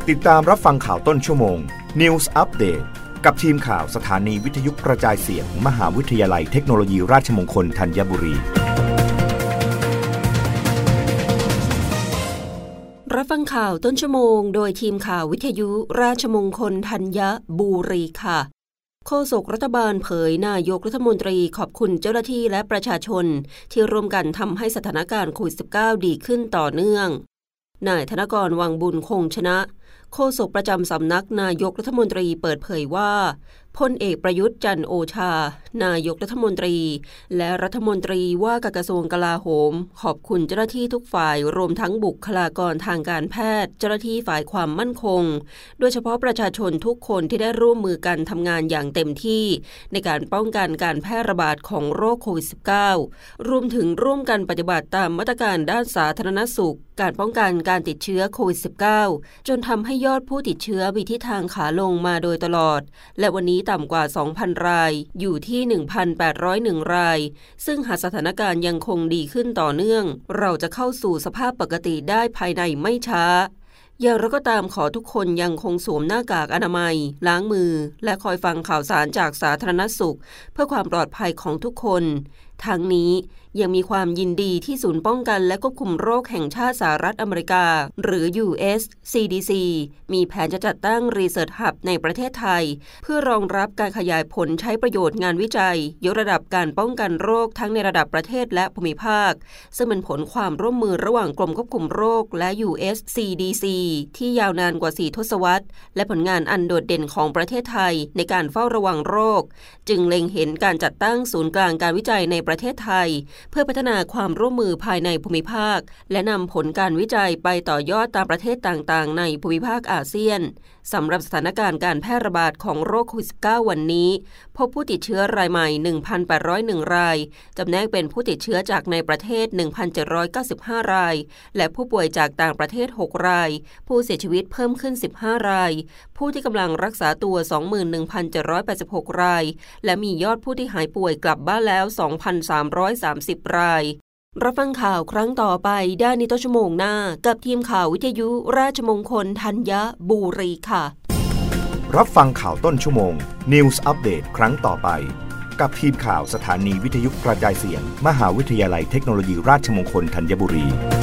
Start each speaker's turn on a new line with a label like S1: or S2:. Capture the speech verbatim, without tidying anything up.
S1: ติดตามรับฟังข่าวต้นชั่วโมง News Update กับทีมข่าวสถานีวิทยุกระจายเสียง มหาวิทยาลัยเทคโนโลยีราชมงคลธัญบุรี
S2: รับฟังข่าวต้นชั่วโมงโดยทีมข่าววิทยุราชมงคลธัญบุรีค่ะโฆษกรัฐบาลเผยนายกรัฐมนตรีขอบคุณเจ้าหน้าที่และประชาชนที่ร่วมกันทำให้สถานการณ์โควิด สิบเก้า ดีขึ้นต่อเนื่องนายธนกร วังบุญคงชนะโฆษกประจำสำนักนายกรัฐมนตรีเปิดเผยว่าพลเอกประยุทธ์จันทร์โอชานายกรัฐมนตรีและรัฐมนตรีว่าการกระทรวงกลาโหมขอบคุณเจ้าหน้าที่ทุกฝ่ายรวมทั้งบุคลากรทางการแพทย์เจ้าหน้าที่ฝ่ายความมั่นคงโดยเฉพาะประชาชนทุกคนที่ได้ร่วมมือกันทำงานอย่างเต็มที่ในการป้องกันการแพร่ระบาดของโรคโควิด สิบเก้า รวมถึงร่วมกันปฏิบัติตามมาตรการด้านสาธารณสุขการป้องกันการติดเชื้อโควิด สิบเก้า จนทำให้ยอดผู้ติดเชื้อมีทิศทางขาลงมาโดยตลอดและวันนี้ต่ำกว่า สองพัน รายอยู่ที่ หนึ่งพันแปดร้อยเอ็ด รายซึ่งหากสถานการณ์ยังคงดีขึ้นต่อเนื่องเราจะเข้าสู่สภาพปกติได้ภายในไม่ช้าอย่างไรก็ตามขอทุกคนยังคงสวมหน้ากากอนามัยล้างมือและคอยฟังข่าวสารจากสาธารณสุขเพื่อความปลอดภัยของทุกคนทั้งนี้ยังมีความยินดีที่ศูนย์ป้องกันและควบคุมโรคแห่งชาติสหรัฐอเมริกาหรือ ยู เอส ซี ดี ซี มีแผนจะจัดตั้ง Research Hub ในประเทศไทยเพื่อรองรับการขยายผลใช้ประโยชน์งานวิจัยยกระดับการป้องกันโรคทั้งในระดับประเทศและภูมิภาคซึ่งเป็นผลความร่วมมือระหว่างกรมควบคุมโรคและ ยู เอส ซี ดี ซี ที่ยาวนานกว่าสี่ทศวรรษและผลงานอันโดดเด่นของประเทศไทยในการเฝ้าระวังโรคจึงเล็งเห็นการจัดตั้งศูนย์กลางการวิจัยในประเทศไทยเพื่อพัฒนาความร่วมมือภายในภูมิภาคและนำผลการวิจัยไปต่อยอดตามประเทศต่างๆในภูมิภาคอาเซียนสำหรับสถานการณ์การแพร่ระบาดของโรคโควิด สิบเก้า วันนี้พบผู้ติดเชื้อรายใหม่ หนึ่งพันแปดร้อยเอ็ด รายจำแนกเป็นผู้ติดเชื้อจากในประเทศ หนึ่งพันเจ็ดร้อยเก้าสิบห้า รายและผู้ป่วยจากต่างประเทศหกรายผู้เสียชีวิตเพิ่มขึ้นสิบห้ารายผู้ที่กำลังรักษาตัว สองหมื่นหนึ่งพันเจ็ดร้อยแปดสิบหก รายและมียอดผู้ที่หายป่วยกลับบ้านแล้ว สองพันสามร้อยสามสิบ รายรับฟังข่าวครั้งต่อไปได้ในต้นชั่วโมงหน้ากับทีมข่าววิทยุราชมงคลธัญบุรีค่ะ
S1: รับฟังข่าวต้นชั่วโมง News Update ครั้งต่อไปกับทีมข่าวสถานีวิทยุกระจายเสียง มหาวิทยาลัยเทคโนโลยีราชมงคลธัญบุรี